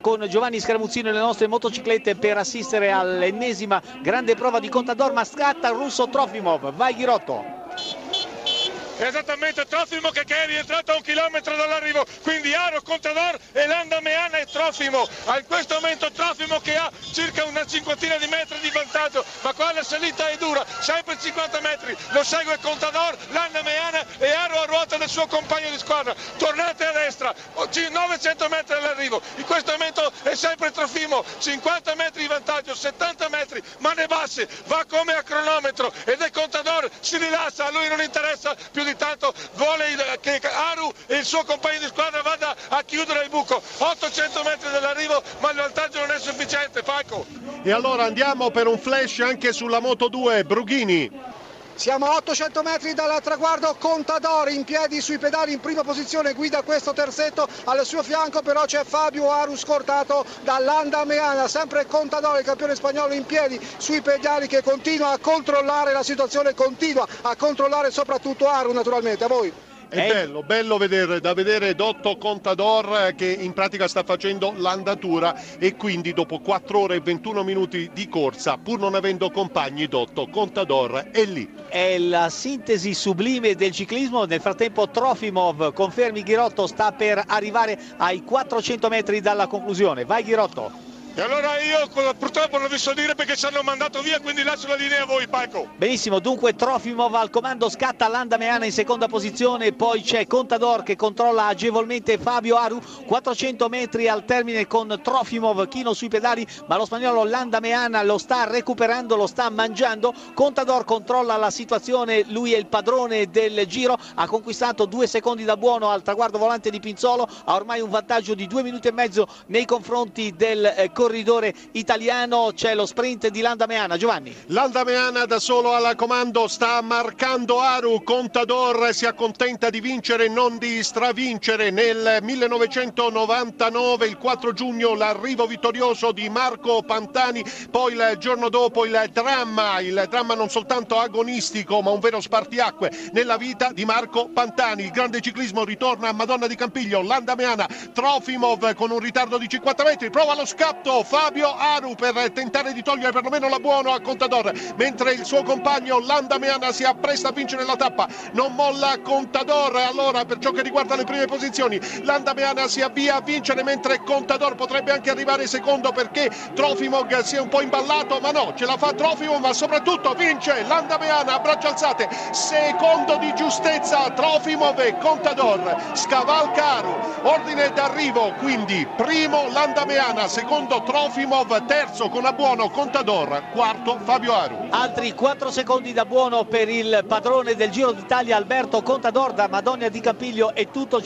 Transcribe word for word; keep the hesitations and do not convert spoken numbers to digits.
Con Giovanni Scaramuzzino e le nostre motociclette per assistere all'ennesima grande prova di Contador, ma scatta il russo Trofimov. Vai Ghirotto. Esattamente, Trofimov che, che è rientrato a un chilometro dall'arrivo, quindi Aru, Contador e Landa Meana e Trofimov. In questo momento Trofimov che ha circa una cinquantina di metri di vantaggio, ma qua la salita è dura, sempre cinquanta metri, lo segue Contador, Landa Meana e Aru a ruota del suo compagno di squadra. Tornate a destra, novecento metri all'arrivo, in questo momento è sempre Trofimov, cinquanta metri di vantaggio, settanta metri, mani basse, va come a cronometro ed è Contador, si rilassa, a lui non interessa più di tanto, vuole che Aru e il suo compagno di squadra vada a chiudere il buco. Ottocento metri dall'arrivo, ma il vantaggio non è sufficiente, Falco. E allora andiamo per un flash anche sulla Moto due, Brughini. Siamo a ottocento metri dal traguardo, Contador in piedi sui pedali in prima posizione, guida questo terzetto, al suo fianco però c'è Fabio Aru scortato da Landa Meana, sempre Contador, il campione spagnolo, in piedi sui pedali che continua a controllare la situazione, continua a controllare soprattutto Aru naturalmente. A voi. È bello, bello vedere, da vedere Dotto Contador che in pratica sta facendo l'andatura e quindi dopo quattro ore e ventuno minuti di corsa, pur non avendo compagni, Dotto Contador è lì. È la sintesi sublime del ciclismo. Nel frattempo Trofimov, confermi Ghirotto, sta per arrivare ai quattrocento metri dalla conclusione. Vai Ghirotto. E allora io purtroppo non vi so dire perché ci hanno mandato via, quindi lascio la linea a voi, Paco. Benissimo, dunque Trofimov al comando, scatta Landa Meana in seconda posizione, poi c'è Contador che controlla agevolmente Fabio Aru, quattrocento metri al termine con Trofimov chino sui pedali, ma lo spagnolo Landa Meana lo sta recuperando, lo sta mangiando. Contador controlla la situazione, lui è il padrone del giro, ha conquistato due secondi da buono al traguardo volante di Pinzolo, ha ormai un vantaggio di due minuti e mezzo nei confronti del eh, corridore italiano. C'è lo sprint di Landa Meana. Giovanni. Landa Meana da solo al comando, sta marcando Aru. Contador si accontenta di vincere, non di stravincere. Nel millenovecentonovantanove, il quattro giugno, l'arrivo vittorioso di Marco Pantani, poi il giorno dopo il dramma, il dramma non soltanto agonistico ma un vero spartiacque nella vita di Marco Pantani. Il grande ciclismo ritorna a Madonna di Campiglio. Landa Meana, Trofimov con un ritardo di cinquanta metri, prova lo scatto Fabio Aru per tentare di togliere perlomeno la buona a Contador, mentre il suo compagno Landa Meana si appresta a vincere la tappa. Non molla Contador. Allora, per ciò che riguarda le prime posizioni, Landa Meana si avvia a vincere, mentre Contador potrebbe anche arrivare secondo perché Trofimov si è un po' imballato, ma no, ce la fa Trofimov, ma soprattutto vince Landa Meana a braccia alzate, secondo di giustezza Trofimov e Contador scavalca Aru. Ordine d'arrivo quindi: primo Landa Meana, secondo Trofimov, terzo con Abuono Contador, quarto Fabio Aru. Altri quattro secondi da buono per il padrone del Giro d'Italia Alberto Contador. Da Madonna di Campiglio è tutto.